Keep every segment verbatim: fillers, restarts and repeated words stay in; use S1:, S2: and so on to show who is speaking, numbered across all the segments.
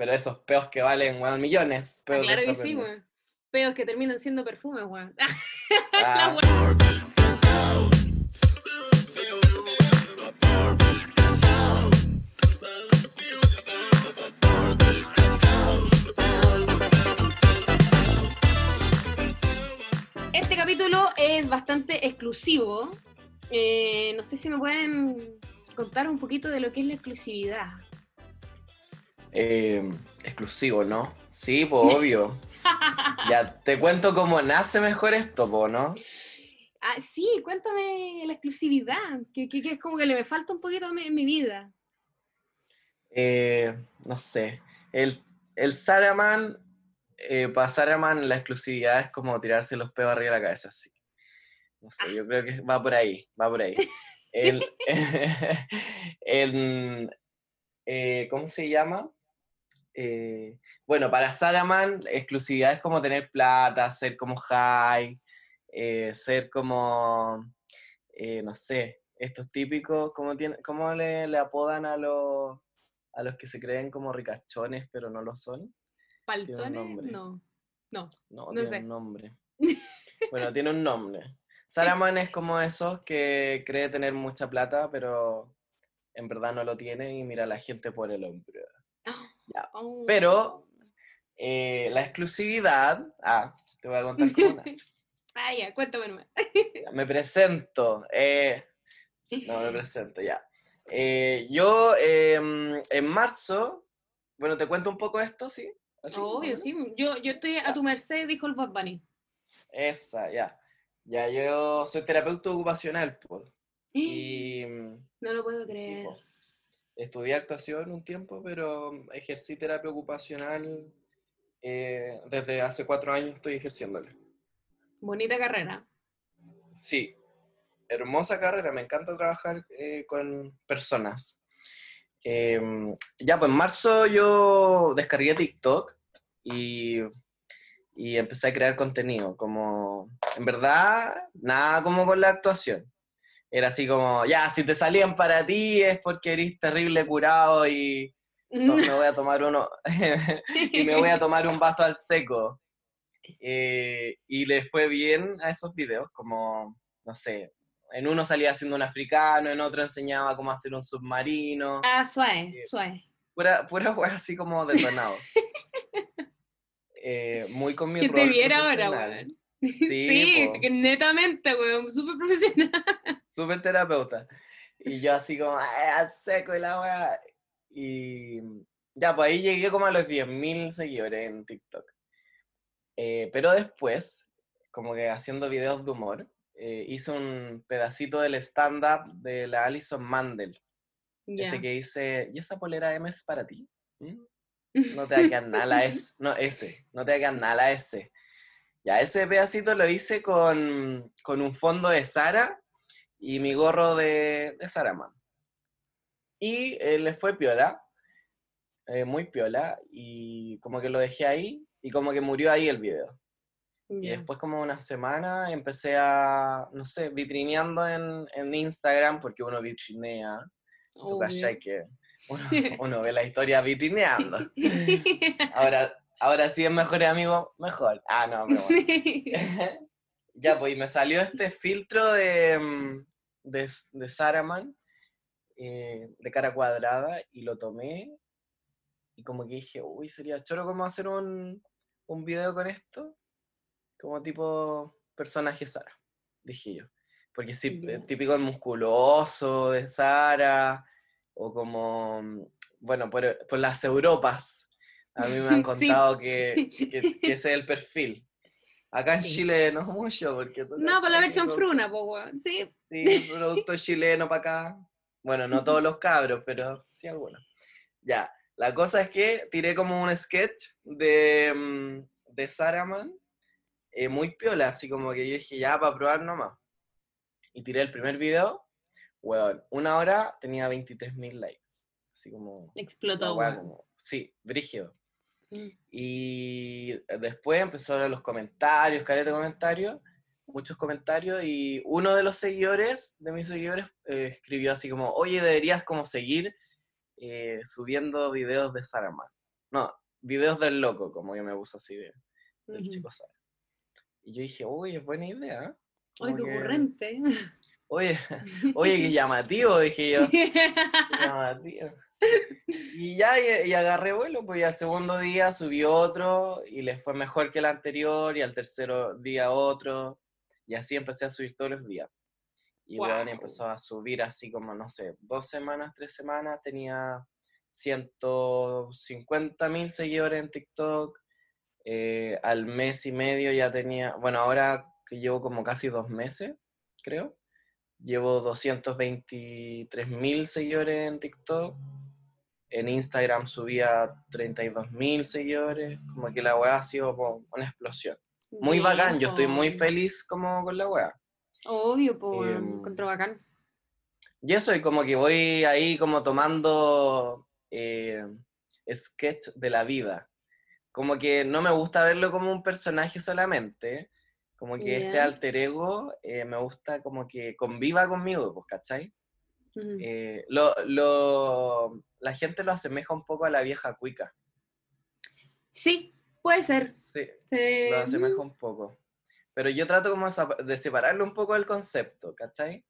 S1: pero esos peos que valen, weón, millones.
S2: Ah,
S1: Peos de
S2: claro
S1: esa
S2: que sí,
S1: pendeja.
S2: weón. Peos que terminan siendo perfumes, weón.
S1: Ah,
S2: Este capítulo es bastante exclusivo. Eh, no sé si me pueden contar un poquito de lo que es la exclusividad.
S1: eh, exclusivo, ¿no? Sí, pues obvio. Ya, te cuento cómo nace mejor esto, po, ¿no?
S2: Ah, sí, cuéntame la exclusividad, que, que, que es como que le me falta un poquito en mi, en mi vida.
S1: Eh, no sé. El, el Saraman, eh, para Saraman la exclusividad es como tirarse los peos arriba de la cabeza, sí. No sé, yo creo que va por ahí, va por ahí. El, el, eh, ¿cómo se llama? Eh, bueno, para Saraman, exclusividad es como tener plata, ser como high, eh, ser como, eh, no sé, estos típicos, ¿cómo, tiene, cómo le, le apodan a los, a los que se creen como ricachones, pero no lo son? Tiene un
S2: ¿Paltones?
S1: nombre.
S2: No, no,
S1: No,
S2: no
S1: tiene un
S2: sé.
S1: nombre. Bueno, tiene un nombre. Saraman es como esos que cree tener mucha plata, pero en verdad no lo tiene y mira a la gente por el hombro. Ya.
S2: Oh.
S1: Pero eh, la exclusividad. Ah, te voy a contar cómo nace.
S2: Ah, ya, cuéntame nomás.
S1: Ya, me presento. Eh, no, me presento, ya. Eh, yo eh, en marzo. Bueno, te cuento un poco esto, ¿sí? ¿Así, más o
S2: Obvio,
S1: menos?
S2: sí. Yo, yo
S1: ¿Sí?
S2: estoy a
S1: Ya.
S2: tu merced, dijo el Bad Bunny.
S1: Esa, ya. Ya, yo soy terapeuta ocupacional, pues. Y.
S2: No lo puedo
S1: Sí,
S2: creer.
S1: po. Estudié actuación un tiempo, pero ejercí terapia ocupacional eh, desde hace cuatro años estoy ejerciéndolo.
S2: Bonita carrera.
S1: Sí, hermosa carrera, me encanta trabajar eh, con personas. Eh, ya, pues en marzo yo descargué TikTok y, y empecé a crear contenido, como, en verdad, nada como con la actuación. Era así como, ya, si te salían para ti es porque eres terrible curado y to- me voy a tomar uno y me voy a tomar un vaso al seco. Eh, y le fue bien a esos videos, como, no sé, en uno salía haciendo un africano, en otro enseñaba cómo hacer un submarino,
S2: Ah, suave,
S1: eh,
S2: suave.
S1: pura, pura wea así como detonado. Eh, muy con mi
S2: Que te
S1: rol
S2: viera ahora,
S1: profesional.
S2: weón.
S1: Sí,
S2: Sí,
S1: pues,
S2: que netamente, weón, súper profesional.
S1: súper terapeuta. Y yo así como, "Ay, al seco y la wea". Y ya, pues ahí llegué como a los diez mil seguidores en TikTok. Eh, pero después, como que haciendo videos de humor, eh, hice un pedacito del stand-up de la Alison Mandel. Ese
S2: Ya.
S1: que dice, ¿y esa polera M es para ti? ¿Mm? No te va a quedar nada la S. No, ese. No te va a quedar nada la S. Ya, ese pedacito lo hice con, con un fondo de Sara y mi gorro de, de Sara Man. Y eh, le fue piola, eh, muy piola, y como que lo dejé ahí, y como que murió ahí el video. Y
S2: Ya.
S1: después como una semana empecé a, no sé, vitrineando en, en Instagram, porque uno vitrinea, tú cachai
S2: Obvio.
S1: que uno, uno ve la historia vitrineando. Ahora, ahora sí es mejor amigo, mejor. Ah, no, pero bueno. Ya, pues y me salió este filtro de, mm, de, de Saraman, eh, de cara cuadrada, y lo tomé, y como que dije, uy, sería choro como hacer un, un video con esto. Como tipo personaje Sara, dije yo. Porque sí, eh,
S2: Ya.
S1: típico el musculoso de Sara, o como, mm, bueno, por, por las Europas. A mí me han
S2: Sí.
S1: contado que, que, que ese es el perfil. Acá en
S2: Sí.
S1: Chile no mucho, porque tú
S2: No, para la
S1: cachai que
S2: versión
S1: producto,
S2: fruna, po, weón. Sí.
S1: sí, producto chileno para acá. Bueno, no todos los cabros, pero sí algunos. Ya, la cosa es que tiré como un sketch de, mm, de Saraman eh, muy piola, así como que yo dije, ya, para probar nomás. Y tiré el primer video, weón, una hora tenía veintitrés mil likes. Así como, la
S2: Explotó,
S1: weá
S2: weón.
S1: como, sí, brígido.
S2: Mm.
S1: Y después empezaron los comentarios, caleta de comentarios, muchos comentarios, y uno de los seguidores, de mis seguidores, eh, escribió así como, oye, deberías como seguir eh, subiendo videos de Sarama. no, videos del loco, como yo me puse así de, del
S2: Ujú.
S1: chico Sara. Y yo dije, uy, es buena idea.
S2: Ay,
S1: Como
S2: qué
S1: que,
S2: ocurrente.
S1: oye, oye, qué llamativo, dije yo. Qué llamativo. Y ya, y, y agarré vuelo, pues y al segundo día subió otro y le fue mejor que el anterior, y al tercer día otro, y así empecé a subir todos los días. Y bueno,
S2: Wow.
S1: empezó a subir así como, no sé, dos semanas, tres semanas, tenía ciento cincuenta mil seguidores en TikTok, eh, al mes y medio ya tenía, bueno, ahora que llevo como casi dos meses, creo, llevo doscientos veintitrés mil seguidores en TikTok. En Instagram subía treinta y dos mil seguidores, como que la weá ha sido como una explosión. Muy
S2: Bien,
S1: bacán, yo estoy
S2: po.
S1: muy feliz como con la weá.
S2: Obvio, po,
S1: Eh,
S2: encuentro bacán.
S1: y eso, y como que voy ahí como tomando eh, sketch de la vida. Como que no me gusta verlo como un personaje solamente, como que este
S2: Ya.
S1: alter ego eh, me gusta como que conviva conmigo, pues, ¿cachai?
S2: Ujú.
S1: Eh, lo, lo, la gente lo asemeja un poco a la vieja cuica.
S2: Sí, puede ser.
S1: Sí, lo
S2: Se-
S1: asemeja
S2: mm,
S1: un poco. Pero yo trato como de separarlo un poco del concepto, ¿cachai?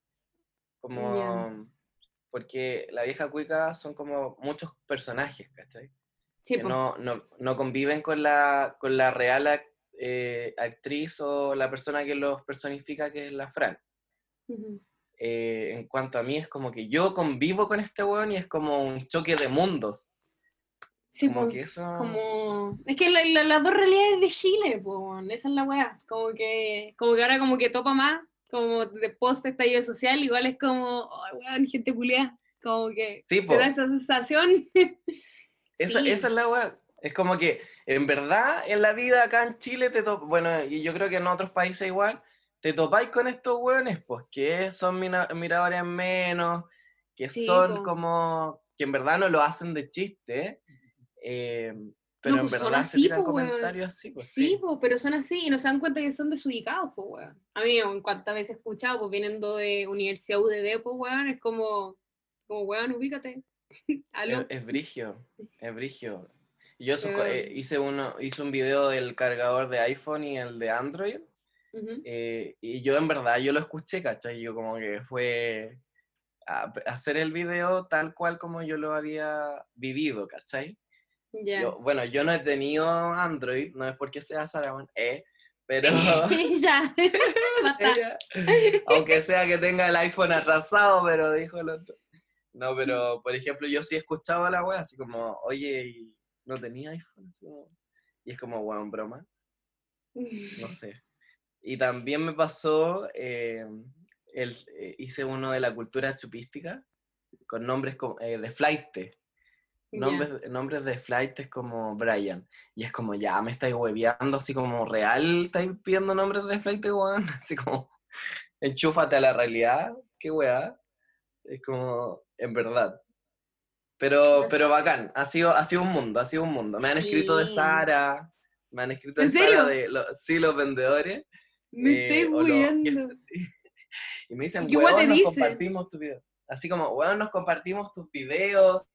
S2: Ya.
S1: Como, porque la vieja cuica son como muchos personajes, ¿cachai?
S2: Sí,
S1: Que
S2: po.
S1: no, no, no conviven con la, con la real ac- eh, actriz o la persona que los personifica, que es la Fran.
S2: Ujú.
S1: Eh, en cuanto a mí, es como que yo convivo con este weón y es como un choque de mundos.
S2: Sí,
S1: Como
S2: pues,
S1: que eso...
S2: como... Es que la- la- las dos realidades de Chile, pues, esa es la weá. Como que, como que ahora como que topa más, como de post estallido social, igual es como, oh, weón, gente culiada. Como que
S1: Sí,
S2: te da
S1: po,
S2: esa sensación.
S1: esa, esa
S2: Sí,
S1: es la weá. Es como que, en verdad, en la vida acá en Chile, te to- bueno, y yo creo que en otros países igual, te topáis con estos weones, pues, que son mina- miradores menos, que
S2: sí,
S1: son
S2: pues.
S1: como, que en verdad no lo hacen de chiste, eh,
S2: No,
S1: pero en
S2: pues son
S1: verdad se
S2: así,
S1: tiran
S2: pues, weón.
S1: comentarios así, pues
S2: Sí,
S1: sí.
S2: pues, pero son así y no se dan cuenta que son desubicados, pues, weón. A mí, en cuantas veces he escuchado, pues, viniendo de Universidad U D D, pues, weón, es como, como, weón, ubícate.
S1: Es,
S2: Aló.
S1: es brigio, es brigio. Yo eso, eh,
S2: Weón.
S1: hice, uno, hice un video del cargador de iPhone y el de Android.
S2: Ujú.
S1: Eh, y yo en verdad, yo lo escuché, ¿cachai? Yo como que fue a, a hacer el video tal cual como yo lo había vivido, ¿cachai?
S2: Ya.
S1: Yo, bueno, yo no he tenido Android, no es porque sea Sarawan, eh, pero
S2: Ya. Basta.
S1: ella, aunque sea que tenga el iPhone atrasado, pero dijo el otro. No, pero por ejemplo, yo sí escuchaba a la wea, así como, oye, ¿y no tenía iPhone? Así como- y es como, weón, broma, no sé. Y también me pasó, eh, el, eh, hice uno de la cultura chupística con nombres como, eh, de flight,
S2: Ya.
S1: nombres, nombres de flightes como Brian. Y es como, ya me estáis hueveando, así como, ¿real estáis pidiendo nombres de flight, weón? Así como, enchúfate a la realidad, qué weá. Es como, en verdad. Pero, pero bacán, ha sido, ha sido un mundo, ha sido un mundo. Me han escrito de
S2: Sí.
S1: Sara, me han escrito de
S2: ¿En
S1: Sara
S2: serio?
S1: de, lo- sí, los vendedores,
S2: Me estoy
S1: eh, o los
S2: huyendo.
S1: jefes, sí. Y me dicen,
S2: ¿Y qué guay te
S1: weón, nos
S2: dicen?
S1: compartimos tu video. Así como, weón, nos compartimos tus videos,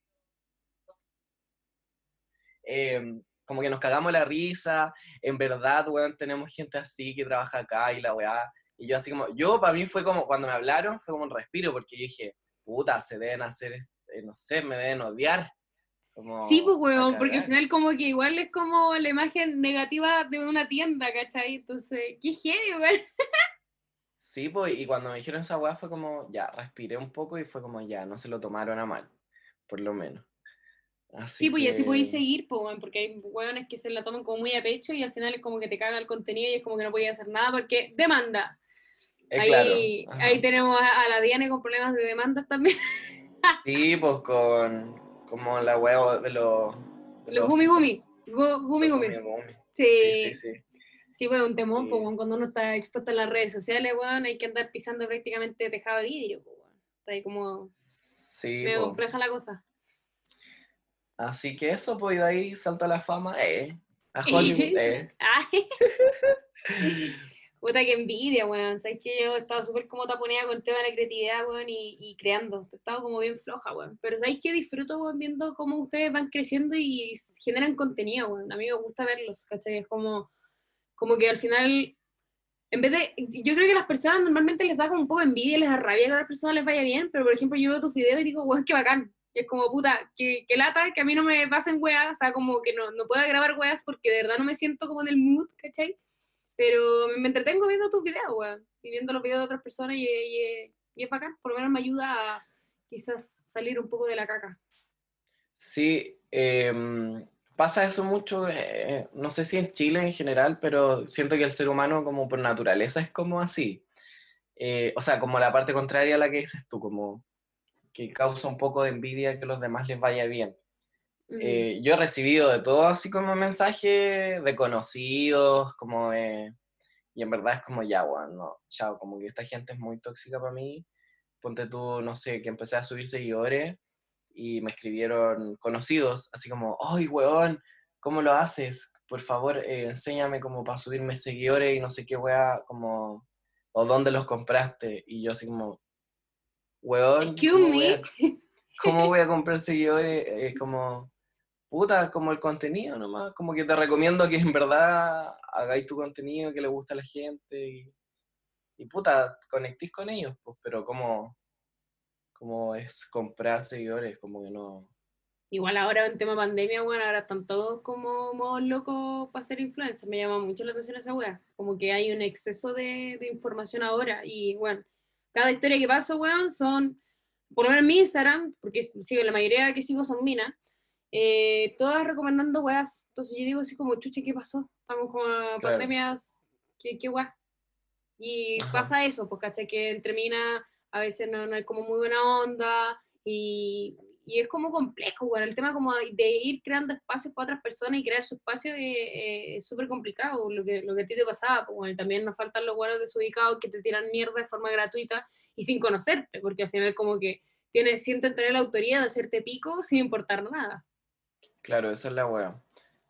S1: eh, como que nos cagamos la risa, en verdad, weón, tenemos gente así que trabaja acá y la weá. Y yo así como, yo para mí fue como, cuando me hablaron, fue como un respiro, porque yo dije, puta, se deben hacer, eh, no sé, me deben odiar,
S2: Sí, pues,
S1: como a
S2: weón, porque al
S1: cagar.
S2: final como que igual es como la imagen negativa de una tienda, ¿cachai? Entonces, qué heavy, weón.
S1: Sí, pues, y cuando me dijeron esa weá fue como, ya, respiré un poco y fue como, ya, no se lo tomaron a mal, por lo menos.
S2: Sí,
S1: Así
S2: pues y así podéis
S1: que,
S2: seguir, pues, weón, porque hay weones que se la toman como muy a pecho y al final es como que te caga el contenido y es como que no podías hacer nada porque demanda.
S1: es claro,
S2: Ahí, ahí
S1: ajá.
S2: tenemos a, a la Diane con problemas de demandas también.
S1: Sí, pues con, como la weá de los, de
S2: Los
S1: los
S2: gumi
S1: ositos,
S2: gumi, Gu- gumi
S1: los
S2: gumi.
S1: gumi gumi. Sí, sí,
S2: Sí,
S1: sí,
S2: sí, weón, un temón, pues,
S1: sí,
S2: weón, cuando uno está expuesto en las redes sociales, weón, hay que andar pisando prácticamente tejado de vidrio, pues, weón. Está ahí como
S1: sí,
S2: medio
S1: pues.
S2: compleja la cosa.
S1: Así que eso, pues, y de ahí salta la fama, eh, a Hollywood, eh.
S2: Ay, Puta que envidia, weón. Sabes que yo he estado súper como taponada con el tema de la creatividad, weón, y, y creando. He estado como bien floja, weón. Pero sabéis que disfruto, weón, viendo cómo ustedes van creciendo y generan contenido, weón. A mí me gusta verlos, ¿cachai? Es como, como que al final, en vez de, yo creo que a las personas normalmente les da como un poco de envidia, les da rabia que a las personas les vaya bien, pero por ejemplo yo veo tus videos y digo, weón, qué bacán. Y es como, puta, que, que lata, que a mí no me pasen weas, o sea, como que no, no pueda grabar weas porque de verdad no me siento como en el mood, ¿cachai? Pero me entretengo viendo tus videos, weón, y viendo los videos de otras personas y, y, y es bacán, por lo menos me ayuda a quizás salir un poco de la caca.
S1: Sí, eh, pasa eso mucho, eh, no sé si en Chile en general, pero siento que el ser humano como por naturaleza es como así. Eh, o sea, como la parte contraria a la que dices tú, como que causa un poco de envidia que a los demás les vaya bien.
S2: Mm.
S1: Eh, yo he recibido de todo así como mensajes de conocidos, como de... Y en verdad es como ya, weón, no, chao, como que esta gente es muy tóxica para mí. Ponte tú, no sé, que empecé a subir seguidores y me escribieron conocidos, así como, ¡ay, weón! ¿Cómo lo haces? Por favor, eh, enséñame como para subirme seguidores y no sé qué weá, como, o dónde los compraste. Y yo así como, weón,
S2: Excuse
S1: ¿cómo voy
S2: me.
S1: a, cómo voy a comprar seguidores? Es como, puta, como el contenido nomás, como que te recomiendo que en verdad hagáis tu contenido que le gusta a la gente y, y puta, conectís con ellos, pues, pero como, como es comprar seguidores, como que no.
S2: Igual ahora en tema pandemia, bueno, ahora están todos como modos locos para ser influencers. Me llama mucho la atención esa wea. Como que hay un exceso de, de información ahora. Y bueno, cada historia que paso, weón, son, por lo menos en mi Instagram, porque sigo, la mayoría que sigo son minas, eh, todas recomendando weas. Entonces yo digo así como, chuche, ¿qué pasó? Estamos como a
S1: Claro,
S2: pandemias, ¿qué, qué wea? Y
S1: ajá,
S2: pasa eso, pues, ¿cachai? Que entre minas a veces no, no hay como muy buena onda y, y es como complejo, bueno, el tema como de ir creando espacios para otras personas y crear su espacio es, es- es súper complicado, lo que, lo que a ti te pasaba, pues, bueno, y también nos faltan los buenos desubicados que te tiran mierda de forma gratuita y sin conocerte, porque al final como que tienen, sienten tener la autoría de hacerte pico sin importar nada.
S1: claro, esa es la wea.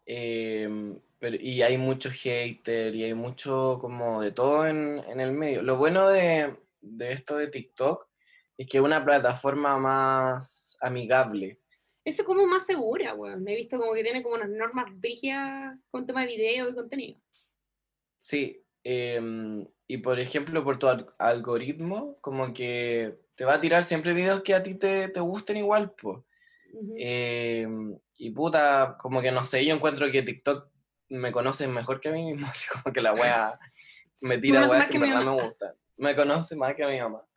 S1: Eh, pero, y hay mucho hater y hay mucho como de todo en, en el medio. Lo bueno de, de esto de TikTok es que es una plataforma más amigable.
S2: Eso como más segura, weón. He visto como que tiene como unas normas rígidas con tema de video y contenido.
S1: Sí, em, y por ejemplo, por tu al- algoritmo, como que te va a tirar siempre videos que a ti te, te gusten igual, pues.
S2: Ujú.
S1: Y puta, como que no sé, yo encuentro que TikTok me conoce mejor que a mí mismo, así como que la wea me
S2: Me
S1: tira
S2: conoce
S1: weas
S2: más
S1: que
S2: que
S1: en
S2: mi
S1: verdad me
S2: mamá.
S1: gustan. Me conoce más que a mi mamá.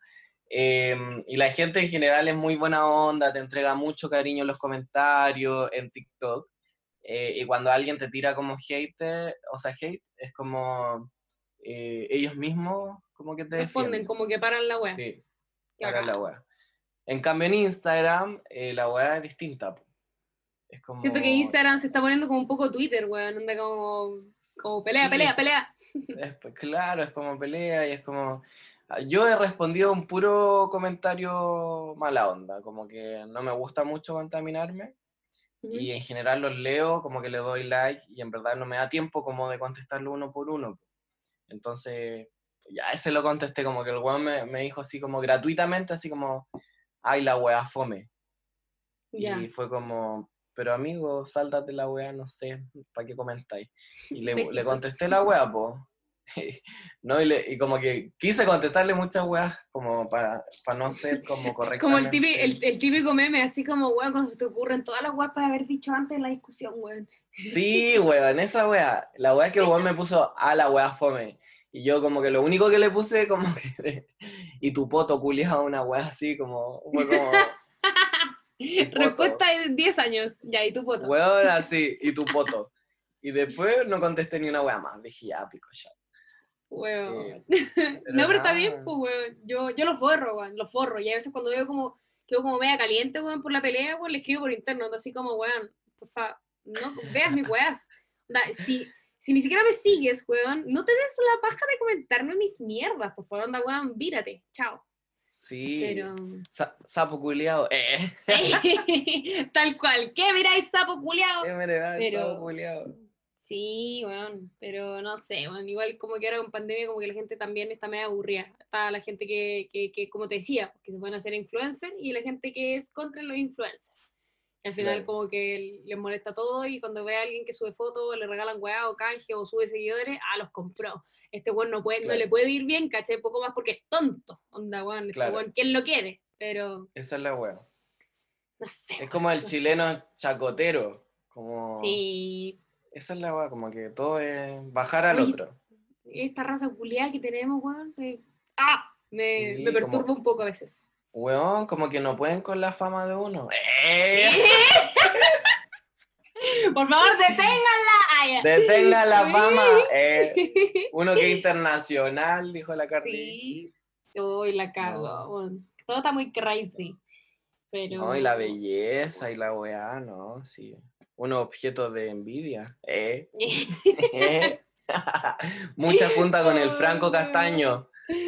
S1: Em, y la gente en general es muy buena onda, te entrega mucho cariño en los comentarios, en TikTok. Eh, y cuando alguien te tira como hater, o sea, hate, es como eh, ellos mismos como que te
S2: Responden
S1: defienden.
S2: como que paran la wea.
S1: Sí,
S2: Que
S1: para la
S2: acá.
S1: wea. En cambio en Instagram, eh, la wea es distinta, po. Es
S2: Siento que
S1: como,
S2: Instagram se está poniendo como un poco Twitter, weón. Anda como, como pelea,
S1: sí, es,
S2: pelea, pelea.
S1: es- claro, es como pelea y es como... Yo he respondido un puro comentario mala onda, como que no me gusta mucho contaminarme y
S2: Ujú.
S1: en general los leo, como que le doy like y en verdad no me da tiempo como de contestarlo uno por uno. Entonces, ya ese lo contesté, como que el weón me, me dijo así como gratuitamente, así como, ay, la weá fome. Y
S2: Ya,
S1: fue como, pero amigo, sáltate la weá, no sé, ¿para qué comentáis? Y le, le
S2: besitos.
S1: contesté la weá, pues. No, y, le- y como que quise contestarle muchas weas como para no ser como
S2: Como el típico,
S1: correctamente.
S2: el, el típico meme, así como, weón, cuando se te ocurren todas las weas para haber dicho antes en la discusión, weón.
S1: Sí, weón, esa wea. La wea es que el weón me puso a la wea fome. Y yo como que lo único que le puse como que... Y tu poto culiado, una wea así como... Fue como... Tu
S2: Respuesta
S1: poto.
S2: de diez años. Ya, y tu poto.
S1: Weón, así. Y tu poto. Y después no contesté ni una wea más. Dije, ya, pico, ya. Eh,
S2: Weón. No,
S1: pero
S2: pero está bien,
S1: nada.
S2: pues, weón. Yo, yo los borro, weón, los borro. Y a veces cuando veo como, quedo como media caliente, weón, por la pelea, weón, le escribo por interno, así como, weón, por favor, no veas mis weas. Onda, si, si ni siquiera me sigues, weón, no te des la paja de comentarme mis mierdas, por favor, onda, weón, vírate, chao.
S1: Sí.
S2: Pero,
S1: Sa- sapo culiado. Eh.
S2: tal cual, ¿qué miráis, sapo culiao?
S1: ¿Qué me le va el sapo
S2: Pero,
S1: culiado?
S2: Sí, bueno, pero no sé, bueno, igual como que ahora con pandemia como que la gente también está medio aburrida. Está la gente que, que, que como te decía, que se pueden hacer influencers y la gente que es contra los influencers. Y al final
S1: Claro,
S2: como que les molesta todo y cuando ve a alguien que sube fotos, le regalan weá o canje o sube seguidores, ah, los compró. Este weón no, puede, no le
S1: claro,
S2: puede ir bien, caché, poco más porque es tonto. Onda, weón, este
S1: claro.
S2: weón, ¿quién lo quiere? Pero
S1: Esa es la wea.
S2: no sé,
S1: Es
S2: weón,
S1: como el
S2: no sé.
S1: chileno chacotero. Como.
S2: Sí,
S1: Esa es la wea, como que todo es bajar al
S2: oye,
S1: otro.
S2: esta raza culiada que tenemos, weón, eh, ¡ah! Me, me
S1: Sí,
S2: perturba
S1: como.
S2: un poco a veces.
S1: Weón, como que no pueden con la fama de uno. ¡Eh!
S2: Por favor, deténganla. Ah, ya.
S1: Detenga la fama. Eh. Uno que es internacional, dijo la Cardi.
S2: Sí, uy, la cago.
S1: No.
S2: Bueno, todo está muy crazy,
S1: No, y la
S2: pero.
S1: belleza y la weá, no, sí. Un objeto de envidia. ¿Eh? Mucha junta con el Franco Castaño.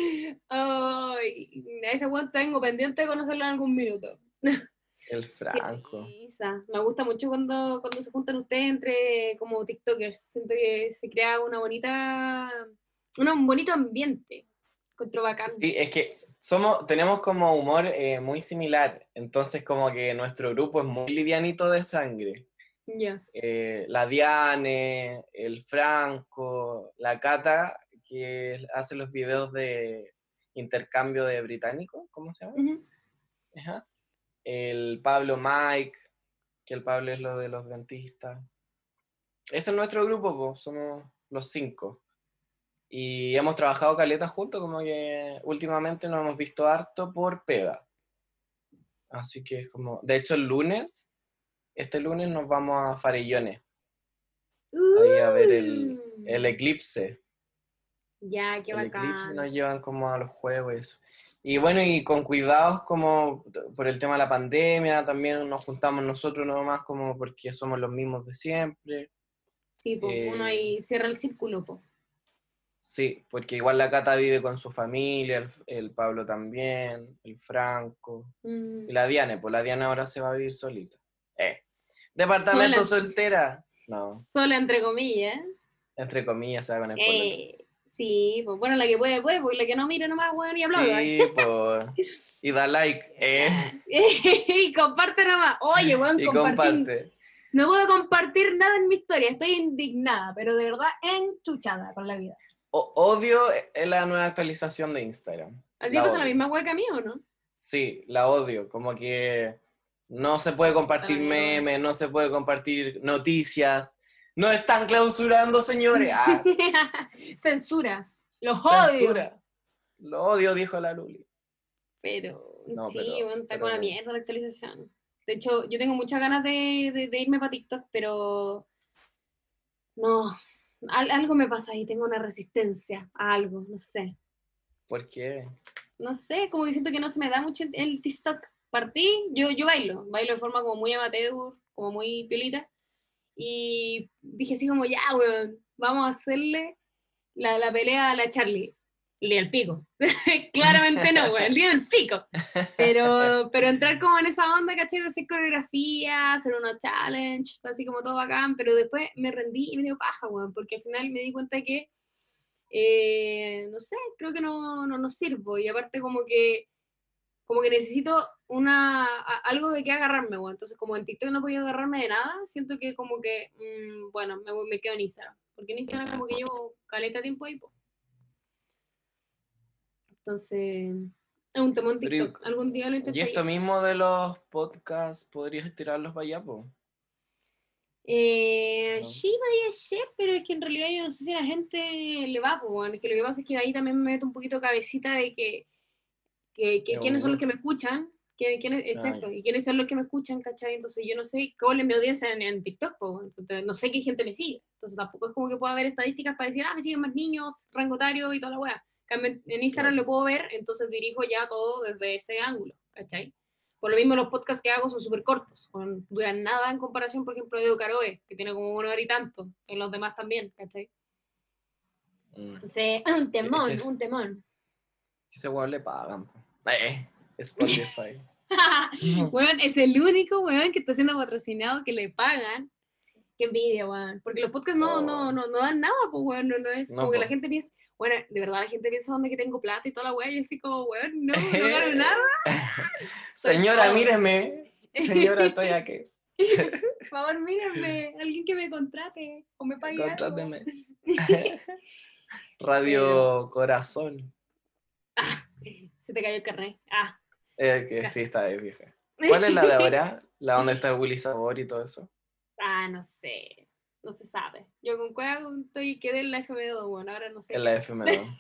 S2: Ay, a ese weón tengo pendiente de conocerlo en algún minuto.
S1: El
S2: Qué
S1: Franco.
S2: risa. Me gusta mucho cuando, cuando se juntan ustedes entre como TikTokers. Siento que se crea una bonita, una- un bonito ambiente. Encuentro bacán.
S1: Sí, es que somos, tenemos como humor eh, muy similar. Entonces, como que nuestro grupo es muy livianito de sangre.
S2: Ya.
S1: Eh, la Diane, el Franco, la Cata, que hace los videos de intercambio de británico, ¿cómo se llama?
S2: Ujú.
S1: Ajá. El Pablo Mike, que el Pablo es lo de los dentistas. Ese es nuestro grupo, po, somos los cinco. Y hemos trabajado caleta juntos, como que últimamente nos hemos visto harto por pega. Así que es como, de hecho el lunes, este lunes nos vamos a Farellones, ahí a ver el, el
S2: Uh,
S1: eclipse.
S2: ya, qué
S1: El eclipse
S2: bacán.
S1: nos llevan como a los juegos y eso. Y bueno, y con cuidados como por el tema de la pandemia, también nos juntamos nosotros nomás como porque somos los mismos de siempre.
S2: Sí, pues uno
S1: Eh,
S2: ahí cierra el círculo, pues.
S1: sí, porque igual la Cata vive con su familia, el, el Pablo también, el Franco. Y
S2: Mm,
S1: la Diana, pues la Diana ahora se va a vivir solita. Eh. Departamento
S2: sola,
S1: soltera. No,
S2: sola entre comillas.
S1: entre comillas, se va con el pololo.
S2: Eh, sí, pues bueno, la que puede, puede, pues la que no mire nomás, weón, y aplauda.
S1: Sí, pues. Y da like, eh.
S2: Y comparte nomás. Oye, weón,
S1: Y
S2: compartir.
S1: comparte.
S2: No puedo compartir nada en mi historia, estoy indignada, pero de verdad enchuchada con la vida.
S1: O- odio la nueva actualización de Instagram.
S2: ¿A ti te
S1: La
S2: pasa la
S1: odio.
S2: misma weá que a mí o no?
S1: Sí, la odio. Como que no se puede
S2: Está la
S1: compartir
S2: mierda.
S1: memes, no se puede compartir noticias. No están clausurando, señores. Ah,
S2: Censura. Los odio.
S1: censura. Lo odio, dijo la Luli.
S2: Pero
S1: No,
S2: sí,
S1: pero,
S2: bueno, está con
S1: pero
S2: la
S1: no.
S2: mierda la actualización. De hecho, yo tengo muchas ganas de, de, de irme para TikTok, pero no, al, algo me pasa ahí, tengo una resistencia a algo, no sé.
S1: ¿Por qué?
S2: No sé, como que siento que no se me da mucho el TikTok. Partí, yo, yo bailo, bailo de forma como muy amateur, como muy piolita, y dije así como, ya, weón, vamos a hacerle la, la pelea a la Charlie. El día del pico. Claramente no, weón, el día del pico. Pero, pero entrar como en esa onda, ¿cachai? De hacer coreografía, hacer unos challenge, así como todo bacán, pero después me rendí y me dio paja, weón, porque al final me di cuenta que, eh, no sé, creo que no, no, no sirvo. Y aparte como que, como que necesito una, a- algo de qué agarrarme, weón. Entonces como en TikTok no podía agarrarme de nada, siento que como que, mm, bueno, me, voy- me quedo en Instagram. Porque en Instagram como que llevo caleta de tiempo ahí, po. Entonces, es un temón
S1: Pero y,
S2: TikTok. Algún día lo
S1: y esto
S2: intentaré.
S1: mismo de los podcasts, ¿podrías tirarlos para allá, po?
S2: Eh,
S1: No.
S2: sí, podría ser, pero es que en realidad yo no sé si a la gente le va, pues, bueno, es que lo que pasa es que ahí también me meto un poquito cabecita de que, que,
S1: Qué
S2: que quiénes son los
S1: obvio.
S2: que me escuchan, quién, quiénes,
S1: Ah,
S2: exacto,
S1: ya.
S2: y quiénes son los que me escuchan, ¿cachai? Entonces yo no sé cuál es mi audiencia en, en TikTok, pues, bueno, entonces, no sé qué gente me sigue, entonces tampoco es como que pueda haber estadísticas para decir, ah, me siguen más niños, rango etario y toda la weá. En en Instagram
S1: Claro,
S2: lo puedo ver, entonces dirijo ya todo desde ese ángulo, ¿cachai? Por lo mismo los podcasts que hago son súper cortos, no duran nada en comparación, por ejemplo, de Educaroe, que tiene como una hora y tanto, en los demás también, ¿cachai?
S1: mm.
S2: Entonces, un
S1: Que- es que,
S2: temón,
S1: es-
S2: un temón.
S1: que ese weón le pagan, po. Eh, Spotify.
S2: Weón, es el único weón que está siendo patrocinado que le pagan. Qué envidia, weón. Porque los podcasts no, no,
S1: Oh,
S2: no, no dan nada, pues, weón. No, no es
S1: no,
S2: como que la
S1: po.
S2: gente piensa, bueno, de verdad la gente piensa donde que tengo plata y toda la weá. Y yo así como, weón, no, no gano nada. Soy
S1: Señora,
S2: pobre.
S1: míreme. Señora, estoy aquí.
S2: Por favor, mírenme. Alguien que me contrate o me pague algo.
S1: Contráteme.
S2: Pero,
S1: Radio Corazón.
S2: ah, se te cayó el carnet. Ah,
S1: Eh, que sí,
S2: casi.
S1: está de vieja. ¿Cuál es la de ahora? La donde está el Willy Sabor y todo eso.
S2: Ah, no sé. No se sabe. Yo con Cueva estoy, quedé en la F M dos, bueno, ahora no sé
S1: En la
S2: qué.
S1: F M dos.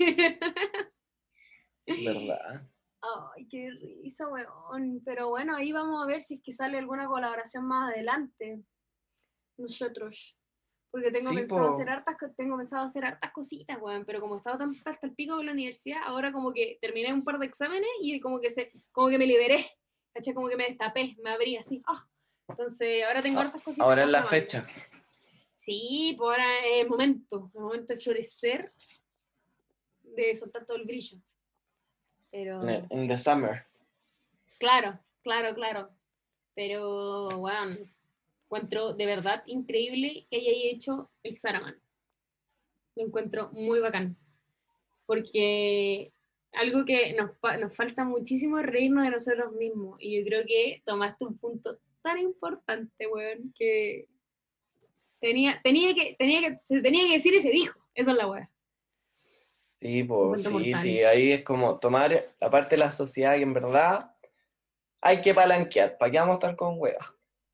S1: ¿Verdad?
S2: Ay, qué risa, weón. Pero bueno, ahí vamos a ver si es que sale alguna colaboración más adelante. Nosotros. Porque tengo
S1: Sí,
S2: pensado hacer
S1: po.
S2: hartas, co- tengo pensado hacer hartas cositas, weón. Pero como estaba tan hasta el pico de la universidad, ahora como que terminé un par de exámenes y como que se, como que me liberé. ¿Cachai? Como que me destapé, me abrí así. Ah. Entonces, ahora tengo
S1: Ah,
S2: hartas cositas
S1: ahora es
S2: bajo
S1: la
S2: la manga.
S1: fecha.
S2: Sí, pues ahora es el momento, el momento de florecer, de soltar todo el brillo.
S1: En, el-
S2: Pero,
S1: en the summer.
S2: claro, claro, claro. Pero, bueno, encuentro de verdad increíble que hayáis hecho el Saraman. Lo encuentro muy bacán. Porque algo que nos, nos falta muchísimo es reírnos de nosotros mismos. Y yo creo que tomaste un punto tan importante, weón, que tenía, tenía que, tenía que, se tenía que decir y se dijo. Esa es la weá.
S1: Sí,
S2: Un
S1: pues
S2: punto
S1: sí,
S2: mortal.
S1: sí. Ahí es como tomar la parte de la sociedad que en verdad hay que palanquear. ¿Para qué vamos a estar con huevas?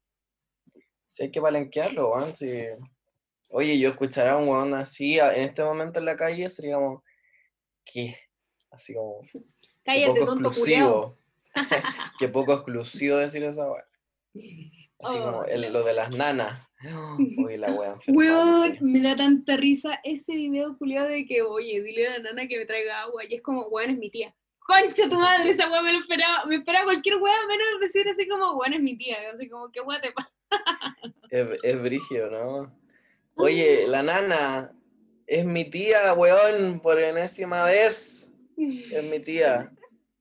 S1: Si hay que palanquearlo, weón. Si... Oye, yo escuchar a un weón así a- en este momento en la calle sería como, ¿qué? Así como, qué
S2: Cállate,
S1: poco
S2: tonto culeado.
S1: exclusivo. Qué poco exclusivo decir esa weá. Así como
S2: Ay,
S1: el-
S2: la
S1: lo de
S2: wea.
S1: las nanas. Oye, la weá
S2: Weón,
S1: enfermante.
S2: me da tanta risa ese video culiado de que, oye, dile a la nana que me traiga agua. Y es como, weón, es mi tía. Concha tu madre, esa weá me lo esperaba. Me esperaba cualquier weá menos decir así como, weón, es mi tía. Así como, ¿qué weá te pasa?
S1: Es, es brigio, ¿no? Oye, la nana es mi tía, weón, por enésima vez. Es mi tía.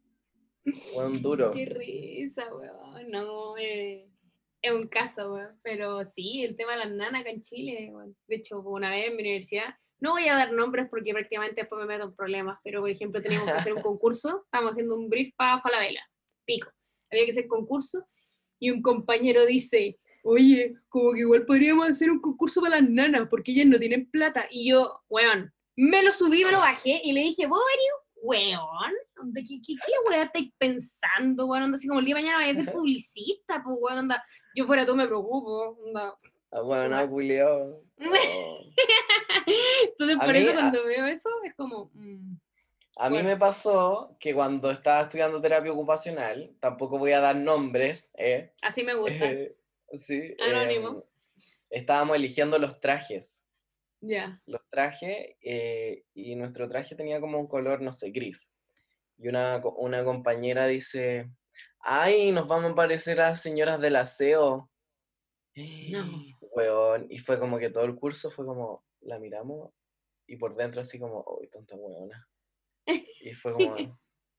S1: Weón duro.
S2: Qué risa, weón. No, eh, es un caso, weón. Pero sí, el tema de las nanas acá en Chile, weón. De hecho, una vez en mi universidad, no voy a dar nombres porque prácticamente después me meto en problemas, pero por ejemplo teníamos que hacer un concurso, estábamos haciendo un brief para Falabella, pico. Había que hacer concurso y un compañero dice, oye, como que igual podríamos hacer un concurso para las nanas porque ellas no tienen plata. Y yo, weón, me lo subí, me lo bajé y le dije, vos eres un weón. ¿De ¿Qué, qué, qué weá estáis pensando, weón? Onda así como el día de mañana vaya a ser publicista, pues, weón, onda. Yo fuera tú me preocupo, onda.
S1: Ah,
S2: Qué
S1: bueno,
S2: weá.
S1: no, culiao. Oh.
S2: Entonces,
S1: A
S2: por
S1: mí,
S2: eso
S1: a,
S2: cuando veo eso, es como, mm,
S1: a mí me
S2: fuerte.
S1: pasó que cuando estaba estudiando terapia ocupacional, tampoco voy a dar nombres, ¿eh?
S2: Así me gusta.
S1: Eh, sí, em,
S2: Anónimo.
S1: estábamos eligiendo los trajes.
S2: Ya.
S1: Los trajes eh, y nuestro traje tenía como un color, no sé, gris. Y una, co- una compañera dice, ay, nos vamos a parecer a señoras del aseo.
S2: No.
S1: Weón, y fue como que todo el curso fue como, la miramos y por dentro así como, uy, tonta weona. Y fue como,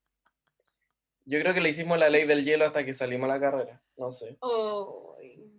S1: yo creo que le hicimos la ley del hielo hasta que salimos a la carrera, no sé.
S2: Oh,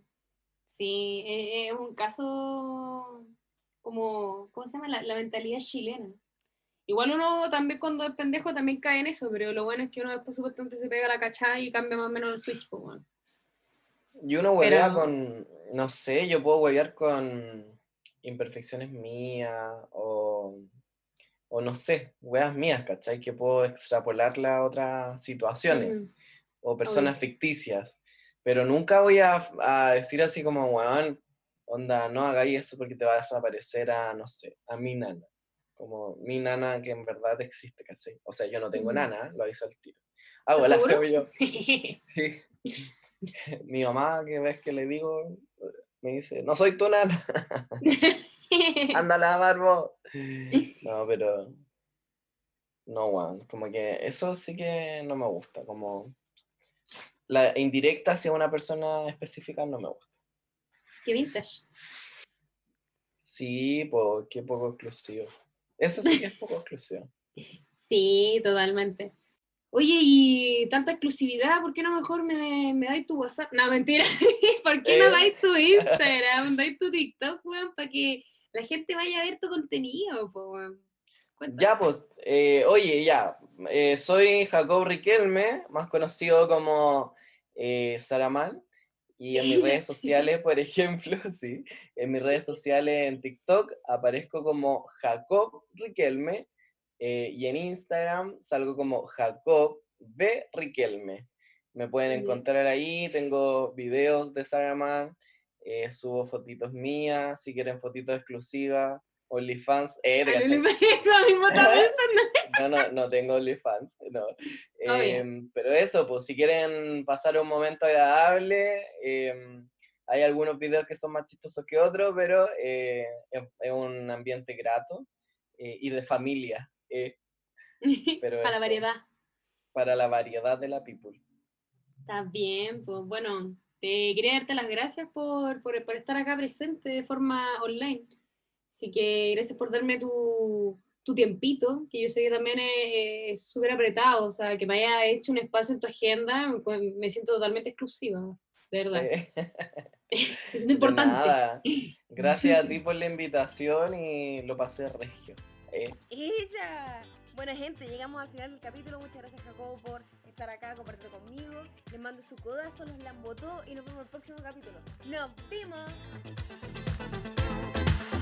S2: sí, e- es un caso como, ¿cómo se llama? La, la mentalidad chilena. Igual uno también cuando es pendejo también cae en eso, pero lo bueno es que uno después supuestamente se pega la cachada y cambia más o menos el switch, pues, bueno.
S1: Y uno huevea
S2: Pero,
S1: con, no sé, yo puedo huevear con imperfecciones mías o, o no sé, weas mías, ¿cachai? Que puedo extrapolarla a otras situaciones
S2: ujú,
S1: o
S2: obvio.
S1: personas ficticias. Pero nunca voy a, a decir así como, weón, onda, no hagáis eso porque te vas a parecer a, no sé, a mi nana. Como mi nana que en verdad existe, ¿cachai? O sea, yo no tengo
S2: Ujú.
S1: nana, lo aviso al tiro. Ah,
S2: ¿Estás
S1: bueno, la
S2: seguro?
S1: sé yo. Sí. Mi mamá, que ves que le digo, me dice, no soy tu nana, anda a lavar vos. No, pero no, weón, como que eso sí que no me gusta, como la indirecta hacia una persona específica no me gusta.
S2: Qué vintage.
S1: Sí, pues, qué poco exclusivo. Eso sí que es poco exclusivo.
S2: Sí, totalmente. Oye, y tanta exclusividad, ¿por qué no mejor me, me dais tu WhatsApp? No, mentira. ¿Por qué no
S1: Eh,
S2: dais tu Instagram, dais tu TikTok, weón? Para que la gente vaya a ver tu contenido, po, weón.
S1: ya,
S2: Cuéntame.
S1: pues, eh, oye, ya, eh, soy Jacob Riquelme, más conocido como eh, Saramal, y en mis
S2: Ella.
S1: redes sociales, por ejemplo, sí, en mis redes sociales en TikTok aparezco como Jacob Riquelme, eh, y en Instagram salgo como Jacob B. Riquelme. Me pueden
S2: Ya.
S1: encontrar ahí, tengo videos de Saramal, eh, subo fotitos mías, si quieren fotitos exclusivas, OnlyFans, eh, ¿te
S2: Al
S1: cachai?
S2: Eso mismo estaba pensando.
S1: No, no, no tengo OnlyFans, no.
S2: Obvio.
S1: Em, pero eso, pues si quieren pasar un momento agradable, em, hay algunos videos que son más chistosos que otros, pero eh, es, es un ambiente grato eh, y de familia, eh, pero
S2: Para la
S1: eso,
S2: variedad.
S1: para la variedad de la people.
S2: Está bien, pues bueno, te quería darte las gracias por, por, por estar acá presente de forma online. Así que gracias por darme tu, tu tiempito, que yo sé que también es es súper apretado, o sea, que me haya hecho un espacio en tu agenda, me, me siento totalmente exclusiva, de verdad.
S1: Eh,
S2: Me siento
S1: de
S2: importante.
S1: nada, gracias a ti por la invitación y lo pasé regio. eh.
S3: ¡Ella! Bueno, gente, llegamos al final del capítulo. Muchas gracias, Jacobo, por estar acá, compartir conmigo. Les mando su codazo, los lambotó y nos vemos en el próximo capítulo. ¡Nos vemos!